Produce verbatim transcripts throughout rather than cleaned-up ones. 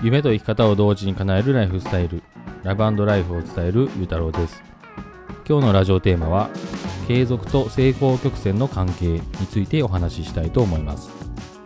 夢と生き方を同時に叶えるライフスタイル、ラブ&ライフを伝えるゆうたろうです。今日のラジオテーマは継続と成功曲線の関係についてお話ししたいと思います。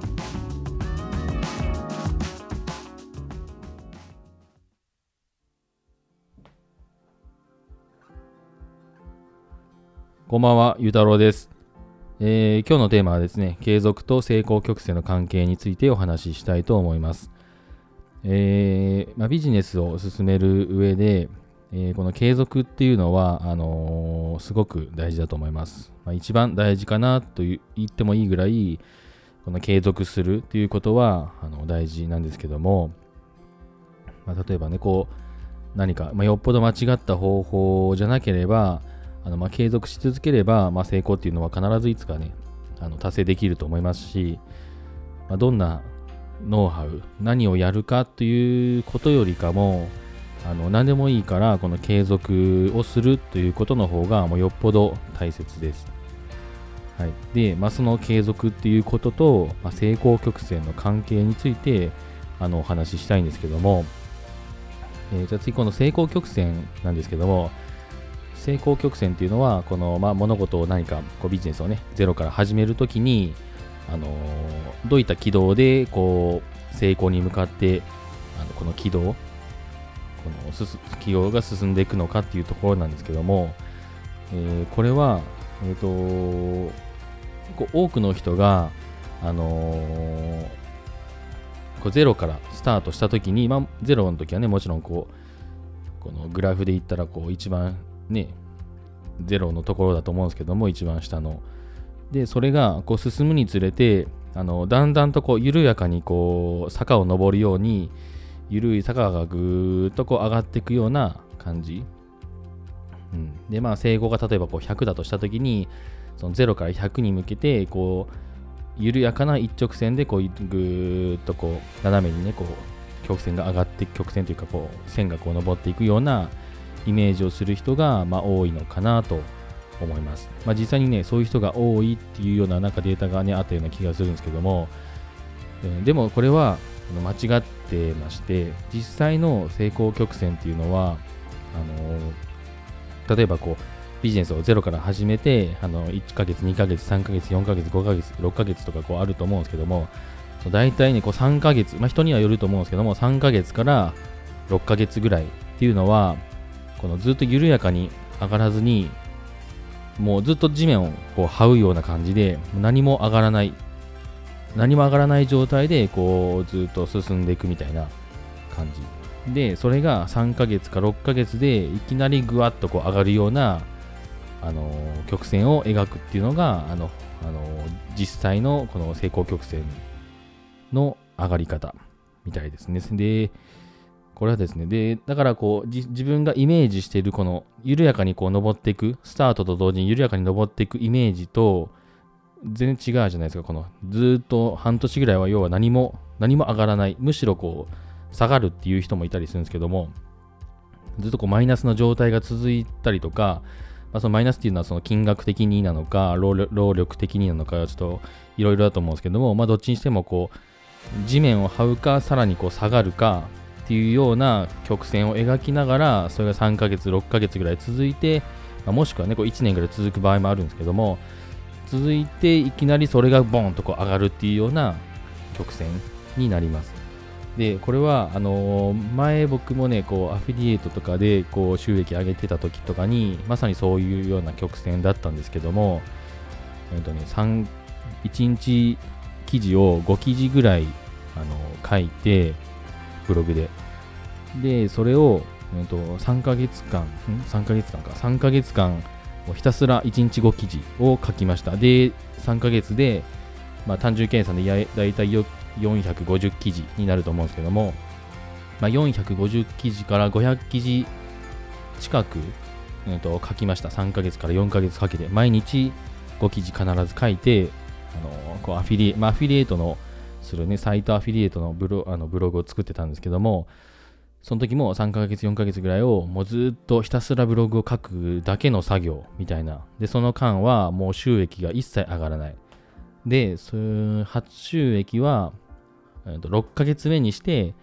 こんばんは、ゆうたろうです。えー、今日のテーマはですね、継続と成功曲線の関係についてお話ししたいと思います。えーまあ、ビジネスを進める上で、えー、この継続っていうのはあのー、すごく大事だと思います。まあ、一番大事かなと言ってもいいぐらい、この継続するっていうことはあの大事なんですけども、まあ、例えばね、こう何か、まあ、よっぽど間違った方法じゃなければ、あのまあ継続し続ければ、まあ、成功っていうのは必ずいつかね、あの達成できると思いますし、まあ、どんなノウハウ、何をやるかということよりかも、あの何でもいいからこの継続をするということの方がもうよっぽど大切です。はい、で、まあ、その継続っていうことと、まあ、成功曲線の関係についてあのお話ししたいんですけども、えー、じゃあ次この成功曲線なんですけども、成功曲線っていうのはこの、まあ、物事を何かこうビジネスをねゼロから始めるときにあのー、どういった軌道でこう成功に向かってあのこの軌道この軌道が進んでいくのかっていうところなんですけども、えー、これは、えーと、結構多くの人が、あのー、こうゼロからスタートしたときに、まあ、ゼロの時はねもちろんこうこのグラフでいったらこう一番ねゼロのところだと思うんですけども、一番下ので、それがこう進むにつれて、あのだんだんとこう緩やかにこう坂を登るように、緩い坂がぐーっとこう上がっていくような感じ。うん、で、まあ、成功が例えばこうひゃくだとしたときに、そのゼロからひゃくに向けて、こう、緩やかな一直線でこうぐーっとこう斜めにね、こう曲線が上がっていく、曲線というかこう線がこう登っていくようなイメージをする人がまあ多いのかなと思います。まあ、実際にね、そういう人が多いっていうようななんかデータがね、あったような気がするんですけども、うん、でもこれは間違ってまして、実際の成功曲線っていうのは、あのー、例えばこう、ビジネスをゼロから始めて、あのいっかげつ、にかげつ、さんかげつ、よんかげつ、ごかげつ、ろっかげつとかこうあると思うんですけども、大体ね、こうさんかげつ、まあ人にはよると思うんですけども、さんかげつからろっかげつぐらいっていうのは、このずっと緩やかに上がらずに、もうずっと地面をこう這うような感じで何も上がらない何も上がらない状態でこうずっと進んでいくみたいな感じで、それがさんかげつかろっかげつでいきなりぐわっとこう上がるようなあの曲線を描くっていうのがあのあの実際のこの成功曲線の上がり方みたいですね。でこれはですね、で、だからこう、自分がイメージしているこの緩やかにこう登っていく、スタートと同時に緩やかに登っていくイメージと全然違うじゃないですか。このずっと半年ぐらいは要は何も、何も上がらない、むしろこう、下がるっていう人もいたりするんですけども、ずっとこうマイナスの状態が続いたりとか、まあ、そのマイナスっていうのはその金額的になのか、労力的になのか、ちょっといろいろだと思うんですけども、まあどっちにしてもこう、地面を這うか、さらにこう下がるか、っていうような曲線を描きながら、それがさんかげつ、ろっかげつぐらい続いて、まあ、もしくはね、こういちねんぐらい続く場合もあるんですけども、続いていきなりそれがボーンとこう上がるっていうような曲線になります。で、これは、あのー、前僕もね、こうアフィリエイトとかでこう収益上げてた時とかに、まさにそういうような曲線だったんですけども、えっとね、いちにち記事をごきじぐらい、あのー、書いて、ブログで。で、それを、えー、とさんかげつかん、ん ?さん ヶ月間か。さんかげつかん、ひたすらいちにちご記事を書きました。で、さんかげつで、まあ、単純計算でやだいたいよんひゃくごじゅう記事になると思うんですけども、まあ、よんひゃくごじゅう記事からごひゃく記事近く、えー、と書きました。さんかげつからよんかげつかけて、毎日ご記事必ず書いて、あのー、こうアフィリエ、まあ、アフィリエイトのするね、サイトアフィリエイトのブロ、あのブログを作ってたんですけども、その時もさんかげつ、よんかげつぐらいをもうずっとひたすらブログを書くだけの作業みたいな。で、その間はもう収益が一切上がらない。で、そ初収益はろっかげつめにして、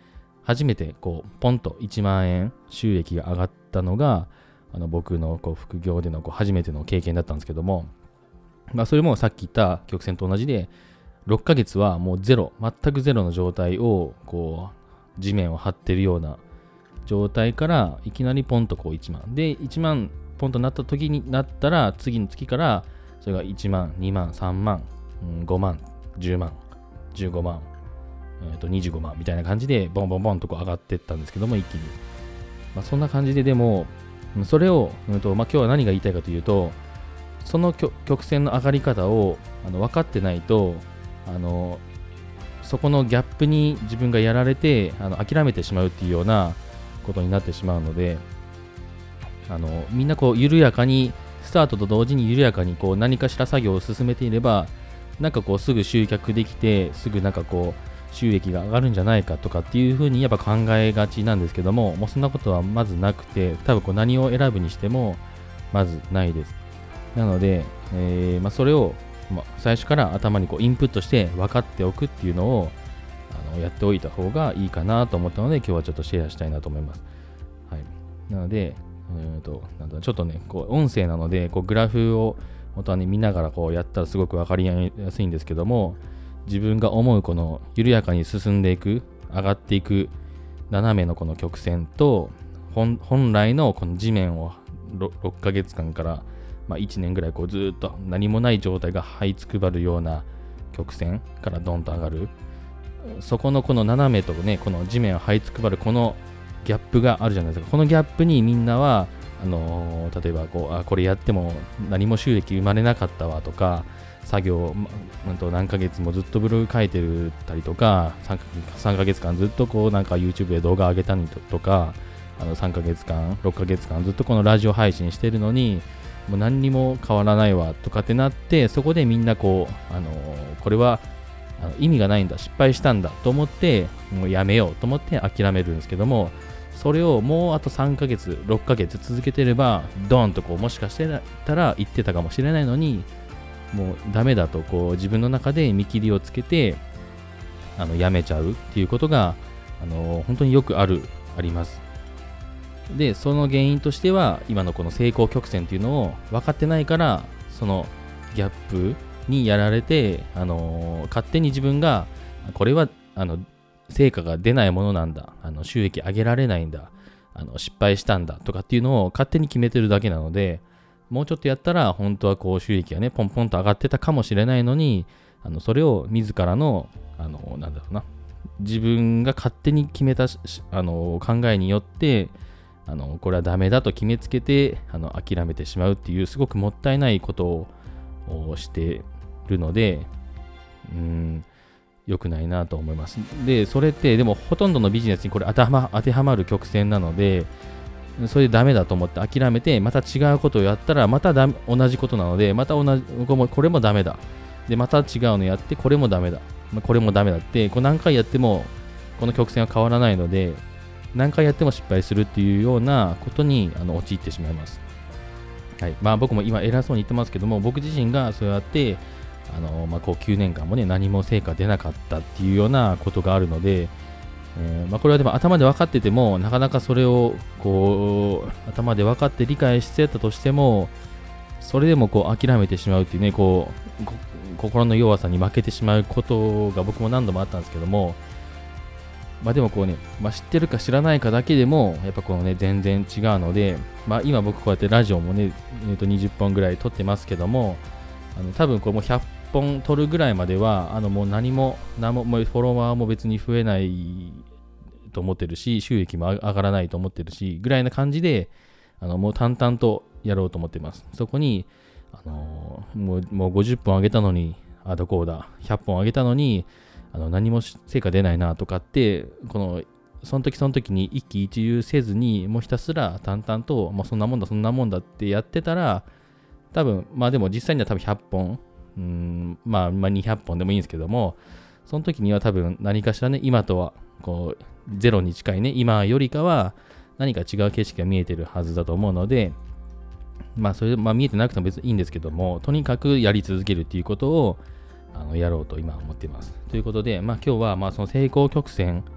初めてこうポンといちまんえん収益が上がったのがあの僕のこう副業でのこう初めての経験だったんですけども、まあ、それもさっき言った曲線と同じでろっかげつはもうゼロ、全くゼロの状態をこう地面を張ってるような状態からいきなりポンとこういちまんでいちまんポンとなった時になったら次の月からそれがいちまん、にまん、さんまん、うん、ごまん、じゅうまん、じゅうごまん、えー、とにじゅうごまんみたいな感じでボンボンボンとこう上がっていったんですけども一気に、まあ、そんな感じででもそれを、うんとまあ、今日は何が言いたいかというとその曲線の上がり方をあの分かってないとあのそこのギャップに自分がやられてあの諦めてしまうっていうようなことになってしまうのであのみんなこう緩やかにスタートと同時に緩やかにこう何かしら作業を進めていればなんかこうすぐ集客できてすぐなんかこう収益が上がるんじゃないかとかっていう風にやっぱ考えがちなんですけども、もうそんなことはまずなくて多分こう何を選ぶにしてもまずないです。なので、えーまあ、それを、まあ、最初から頭にこうインプットして分かっておくっていうのをあのやっておいた方がいいかなと思ったので今日はちょっとシェアしたいなと思います。はい、なのでえーとなんだちょっとねこう音声なのでこうグラフを本当はね見ながらこうやったらすごく分かりやすいんですけども、自分が思うこの緩やかに進んでいく上がっていく斜めのこの曲線と 本, 本来のこの地面を 6, ろっかげつかんから、まあ、いちねんぐらいこうずっと何もない状態が這いつくばるような曲線からドンと上がる、そこのこの斜めとねこの地面を這いつくばるこのギャップがあるじゃないですか。このギャップにみんなはあのー、例えばこうあこれやっても何も収益生まれなかったわとか作業、ま、と何ヶ月もずっとブログ書いてるたりとか 3, 3ヶ月間ずっとこうなんか YouTube で動画上げたりとかあのさんかげつかんろっかげつかんずっとこのラジオ配信してるのにもう何にも変わらないわとかってなって、そこでみんなこう、あのー、これはあの意味がないんだ失敗したんだと思ってもうやめようと思って諦めるんですけども、それをもうあとさんかげつろっかげつ続けてればドーンとこうもしかしてたら言ってたかもしれないのにもうダメだとこう自分の中で見切りをつけてあのやめちゃうっていうことがあの本当によくあるあります。でその原因としては今のこの成功曲線っていうのを分かってないからそのギャップにやられて、あの勝手に自分がこれはあの成果が出ないものなんだ、あの収益上げられないんだ、あの失敗したんだとかっていうのを勝手に決めてるだけなので、もうちょっとやったら本当はこう収益がねポンポンと上がってたかもしれないのに、あのそれを自らのあのなんだろうな自分が勝手に決めたあの考えによってあのこれはダメだと決めつけてあの諦めてしまうっていうすごくもったいないことをしてるので、うーん良くないなと思います。でそれってでもほとんどのビジネスにこれ当てはま、当てはまる曲線なので、それでダメだと思って諦めてまた違うことをやったらまただ同じことなので、また同じこれもダメだでまた違うのやってこれもダメだこれもダメだってこう何回やってもこの曲線は変わらないので、何回やっても失敗するっていうようなことにあの陥ってしまいます。はい、まあ僕も今偉そうに言ってますけども、僕自身がそうやってあの、まあ、こうきゅうねんかんもね何も成果出なかったっていうようなことがあるので、えーまあ、これはでも頭で分かっててもなかなかそれをこう頭で分かって理解してたとしてもそれでもこう諦めてしまうっていうねこう心の弱さに負けてしまうことが僕も何度もあったんですけども、まあでもこうね、まあ、知ってるか知らないかだけでもやっぱこのね全然違うので、まあ今僕こうやってラジオもね、えー、とにじゅっぽんぐらい撮ってますけども、あの多分これもうひゃっぽん撮るぐらいまではあのもう何も何ももうフォロワーも別に増えないと思ってるし収益も上がらないと思ってるしぐらいな感じであのもう淡々とやろうと思ってます。そこにあのー、もうもうごじゅっぽん上げたのにあだこうだひゃっぽん上げたのにあの何も成果出ないなとかってこのその時その時に一喜一憂せずにもうひたすら淡々と、まあ、そんなもんだそんなもんだってやってたら多分まあでも実際には多分ひゃっぽんうーん、まあ、まあにひゃっぽんでもいいんですけども、その時には多分何かしらね今とはこうゼロに近いね今よりかは何か違う景色が見えてるはずだと思うので、まあそれで、まあ、見えてなくても別にいいんですけども、とにかくやり続けるっていうことをあのやろうと今思っています。ということで、まあ今日はまあその成功曲線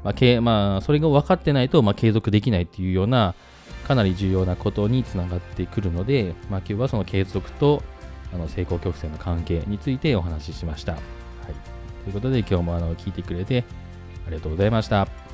まあけまあ、それが分かってないと、まあ、継続できないっていうようなかなり重要なことにつながってくるので、まあ、今日はその継続とあの成功曲線の関係についてお話ししました。はい、ということで今日もあの聞いてくれてありがとうございました。